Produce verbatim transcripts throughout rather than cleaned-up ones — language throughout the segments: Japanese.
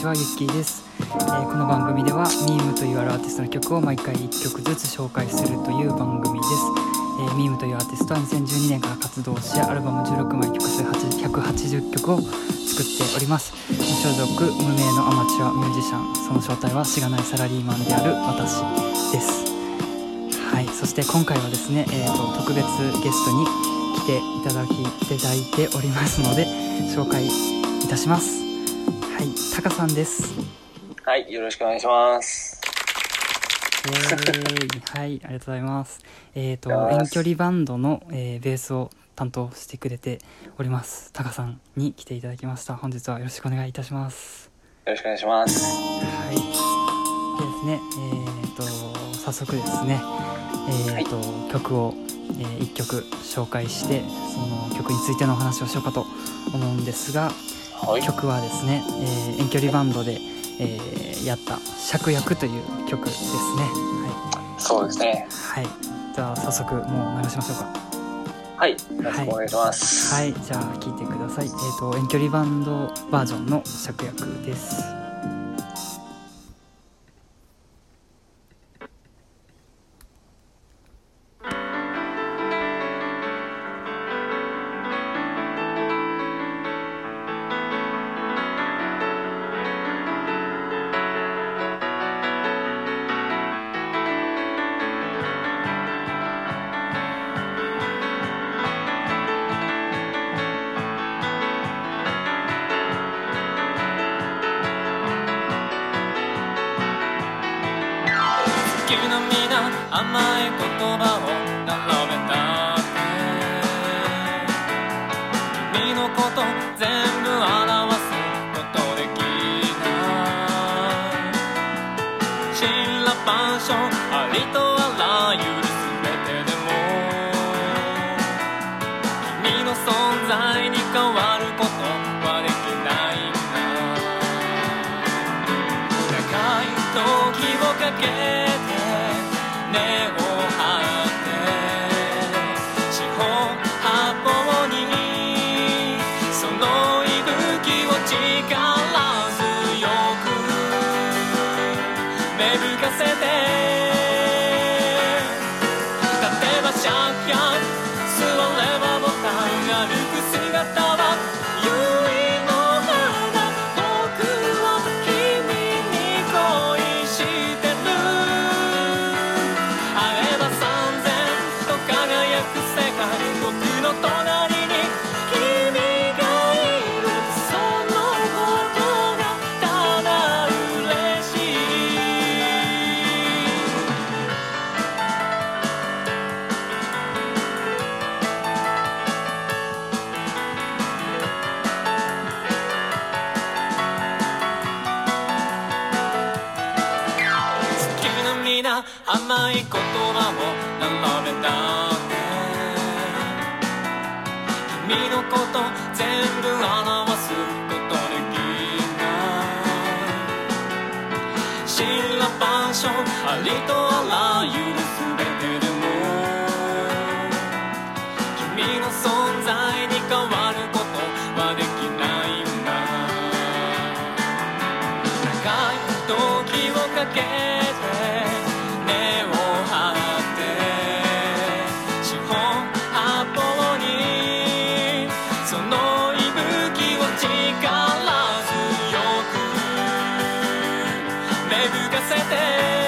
ちは、ゆっきーです。えー、この番組ではミームというあるアーティストの曲を毎回いっきょくずつ紹介するという番組です。えー、ミームというアーティストはにせんじゅうにねんから活動し、アルバムじゅうろくまい、曲数ひゃくはちじゅっきょくを作っております。無所属無名のアマチュアミュージシャン、その正体はしがないサラリーマンである私です。はい、そして今回はですね、えー、と特別ゲストに来ていただきいただいておりますので紹介いたします。はい、タカさんです。 はい、よろしくお願いします。 えー、はい、ありがとうございます。えーと遠距離バンドの、えー、ベースを担当してくれておりますタカさんに来ていただきました。本日はよろしくお願いいたします。 よろしくお願いします。 はい、でですね、えーと早速ですね、えーとはい、曲を、えー、いっきょく紹介してその曲についてのお話をしようかと思うんですが、はい、曲はですね、えー、遠距離バンドで、えー、やった芍薬という曲ですね。 はい、そうですね。 はい、じゃあ早速もう流しましょうか。 はい、よろしくお願いします。 はい、はい、じゃあ聴いてください。えーと遠距離バンドバージョンの芍薬です。 君の皆甘い言葉を並べたって君のこと全部表すことできない神羅万象ありとあらゆる全てでも君の存在に変わることはできないんだ長い時をかけ根を張って四方八方にその息吹を力強く芽吹かせて立てば芍薬座ればボタン歩く姿は結の花僕は君に恋してる僕の隣に君がいるそのことがただ嬉しい月の皆甘い言葉を並べた君のこと全部表すことできない神羅万象ありとあらゆる全てでも君の存在に変わることはできないんだ長い時をかけて根を張って四方八方にその息吹を力強く芽吹かせて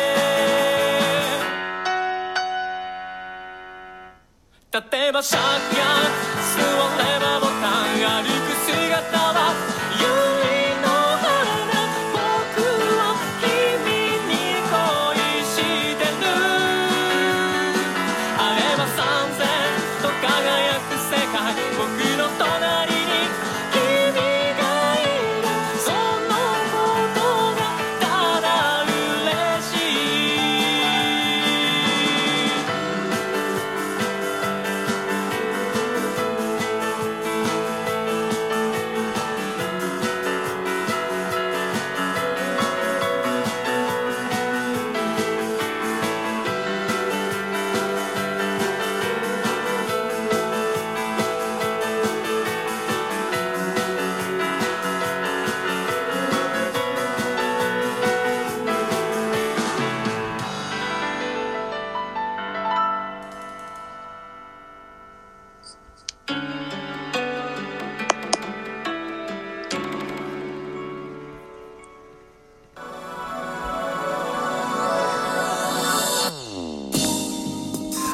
立てば芍薬座ればボタン歩く姿は百合の花僕は君に恋してるあれば三千と輝く世界僕の隣に君がいるそのことがただ嬉しい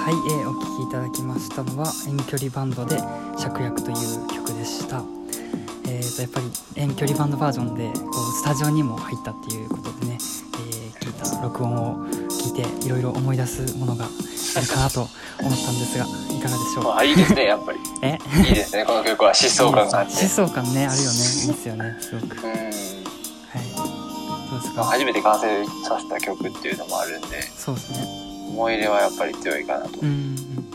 はい、えー、お聴きいただきましたのは遠距離バンドで芍薬という曲でした。えーとやっぱり遠距離バンドバージョンでこうスタジオにも入ったっていうことでね、えー、聞いた録音を聞いていろいろ思い出すものがあるかなと思ったんですが、いかがでしょうか。 あ、いいですね、やっぱりえいいですね、この曲は疾走感があって。 疾走感ね、あるよね。いいですよね、すごく。うん、はい。どうですか。 初めて完成させた曲っていうのもあるんで、 そうですね、 思い入れはやっぱり強いかなと。うん、うん、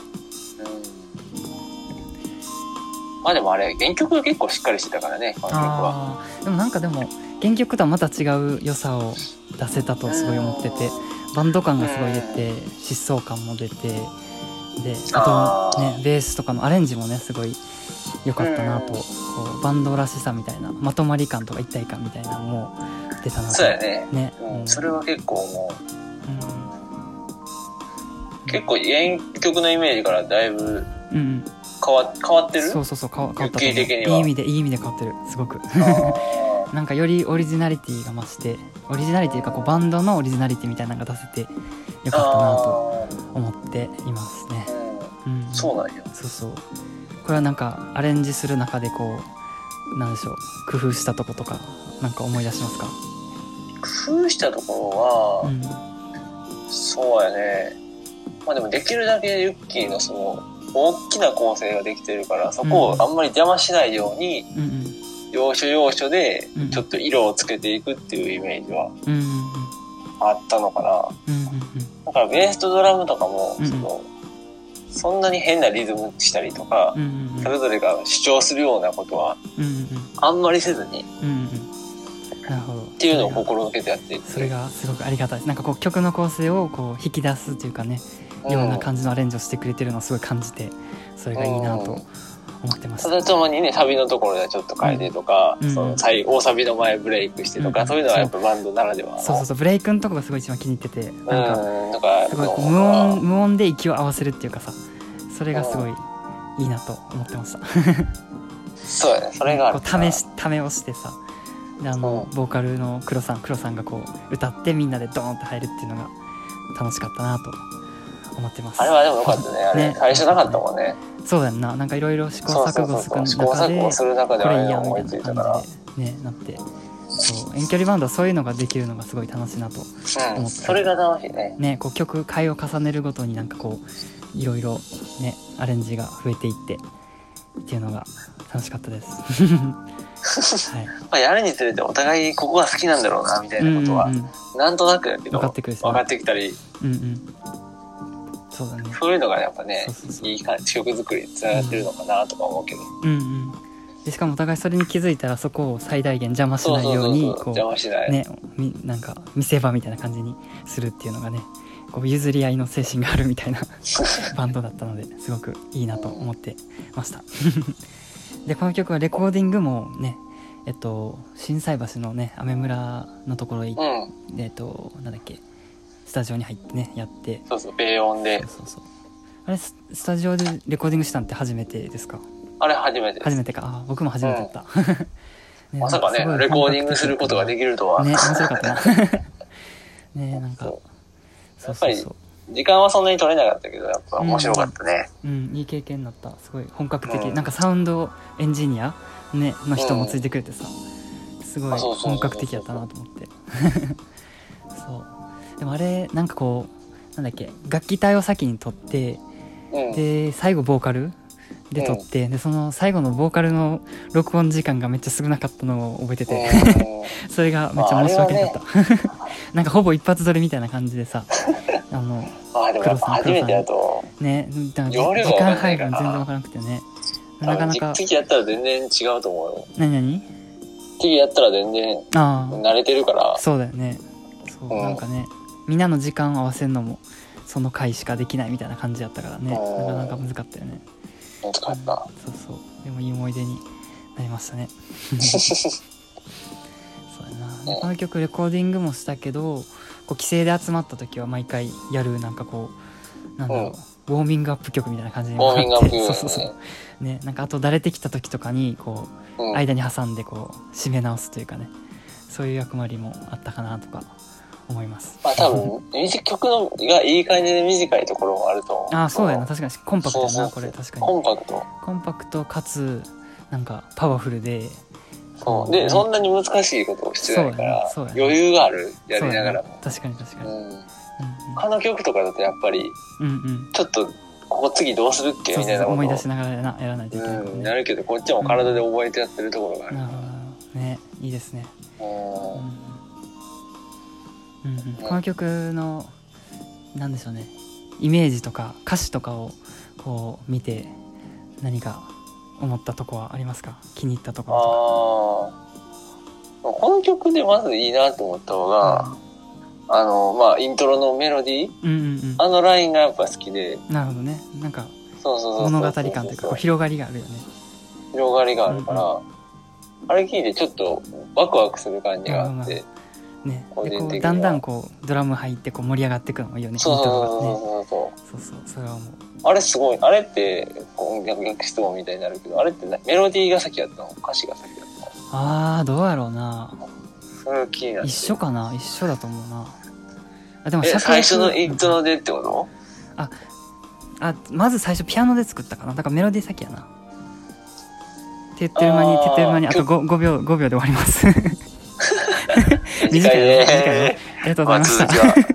まあでもあれ原曲が結構しっかりしてたからね、この曲は。 あ、でもなんかでも原曲とはまた違う良さを出せたとすごい思ってて、バンド感がすごい出て、疾走感も出て、であとねベースとかのアレンジもねすごい良かったなと、こうバンドらしさみたいなまとまり感とか一体感みたいなのも出たなと。 そうやね。 ね、 うん、それは結構もう、うん、結構原曲のイメージからだいぶ変わ、変わってる。 そうそうそう、変わったと思う。 的にはいい意味でいい意味で変わってる、すごく。なんかよりオリジナリティが増して、オリジナリティかこうバンドのオリジナリティみたいなのが出せてよかったなと思っていますね。 うん、そうなんや。 そうそう。これはなんかアレンジする中でこうなんでしょう、工夫したとことかなんか思い出しますか。 工夫したところは、うん、そうやね。まあでもできるだけユッキーのその大きな構成ができてるから、そこをあんまり邪魔しないように、うんうん、要所要所でちょっと色をつけていくっていうイメージはあったのかな。うんうんうん、だからベースとドラムとかも、うんうん、そのそんなに変なリズムしたりとか、うんうん、それぞれが主張するようなことはあんまりせずに、うんうん、なるほどっていうのを心がけてやっていて、 それがすごくありがたいです。なんかこう曲の構成をこう引き出すというかね、ような感じのアレンジをしてくれてるのをすごい感じて、それがいいなと思ってました。 ただたまにね、サビのところでちょっと変えてとか、うん、その大サビの前ブレイクしてとか、うん、そういうのはやっぱバンドならでは。 そうそうそう、ブレイクのとこがすごい一番気に入ってて、なんか、 うん、とかすごい無音無音で息を合わせるっていうかさ、それがすごいいいなと思ってました。 そうやね、それがある。 こう試し試をしてさ、であの、うん、ボーカルの黒さん黒さんがこう歌ってみんなでドーンって入るっていうのが楽しかったなと思ってます。 あれはでもよかったね。あれね、最初なかったもんね。 そうだよな。なんかいろいろ試行錯誤する中でこれいいやみたいな感じでねなって、そう遠距離バンドはそういうのができるのがすごい楽しいなと思って、うん、 それが楽しいね。 ね、こう曲回を重ねるごとになんかこういろいろねアレンジが増えていってっていうのが楽しかったです。はい、 まあやるにつれてお互いここが好きなんだろうなみたいなことは、うんうんうん、なんとなくだけど分かってくる、ね、 分かってきたり、 うんうん、そうだね。 そういうのがやっぱね、そうそうそう、いい感じ曲作りにつながってるのかなとか思うけど、 うんうん、でしかもお互いそれに気づいたらそこを最大限邪魔しないようにこう邪魔しないね、なんか見せ場みたいな感じにするっていうのがね、こう譲り合いの精神があるみたいなバンドだったのですごくいいなと思ってました。でこの曲はレコーディングもね、えっと心斎橋のね雨村のところへ行って、うん、えっとなんだっけスタジオに入ってねやって、 そうそう米音で、そうそうそう、 あれ ス, スタジオでレコーディングしたんって初めてですか。 あれ初めてです。 初めてか。あ、僕も初めてだった、 うんね、まさかねレコーディングすることができるとはね、面白かったな。ね、なんかそうやっぱり時間はそんなに取れなかったけどやっぱ面白かったね、 うん、うん、いい経験になった。すごい本格的、うん、なんかサウンドエンジニア、ね、の人もついてくれてさ、うん、すごい本格的やったなと思って。そうでもあれなんかこうなんだっけ楽器隊を先に取って、うん、で最後ボーカルで撮って、うん、でその最後のボーカルの録音時間がめっちゃ少なかったのを覚えてて、うん、それがめっちゃ申し訳なかった、まあね、なんかほぼ一発撮りみたいな感じでさ、あのあでもやっぱ初めてやとね、だから時間配分全然分からなくてね、なかなか次やったら全然違うと思うよ。 何何次やったら全然慣れてるから。 そうだよね。そう、うん、なんかねみんなの時間を合わせるのもその回しかできないみたいな感じやったからね、うん、なかなか難かったよね。 難かった、うん、 そうそう。でもいい思い出になりましたね。そうやな、ね、この曲レコーディングもしたけどこう帰省で集まった時は毎回やるなんかこうなんだろう、うん、ウォーミングアップ曲みたいな感じになって、ウォーミングアップ、ね、そうそうそうね、なんかあと慣れてきた時とかにこう、うん、間に挟んでこう締め直すというかね、そういう役割もあったかなとか思います。 まあ多分曲のがいい感じで短いところもあると思う。 ああそうだよな、確かにコンパクトだな。 そうそうそう、 これ確かにコンパクトコンパクトかつなんかパワフルで、 そうで、そんなに難しいことをしてないから、 そうやね、 余裕がある、やりながらも。 確かに確かに、うんうん、 他の曲とかだとやっぱり、うんうん、ちょっとここ次どうするっけみたいなことを思い出しながら な, やらないといけない、ね、 うん、なるけどこっちも体で覚えてやってるところがある、 うん、なるほどね、いいですね。うんうんうん、この曲のなんでしょうね、イメージとか歌詞とかをこう見て何か思ったとこはありますか？気に入ったところとか。あこの曲でまずいいなと思ったのが、うん、あのまあイントロのメロディー、うんうんうん、あのラインがやっぱ好きで。 なるほどね、なんか物語感というか広がりがあるよね。 広がりがあるから、うんうん、あれ聞いてちょっとワクワクする感じがあって、 ね、個人的にこうだんだんこうドラム入ってこう盛り上がってくるのもいいよね。 そうそうそうそうそうそうそう、それはもうあれすごい、あれってこう 逆, 逆質問みたいになるけど、あれってメロディーが先やったの？歌詞が先やったの？ あーどうやろうな。 それ気になる。 一緒かな、一緒だと思うな。 あでもえ最初のイントロでってこと？ ああまず最初ピアノで作ったかな。だからメロディー先やな。てってる間にてってる間にあと 5, 5秒ごびょうで終わります。 短いね。 短いね。ありがとうございました。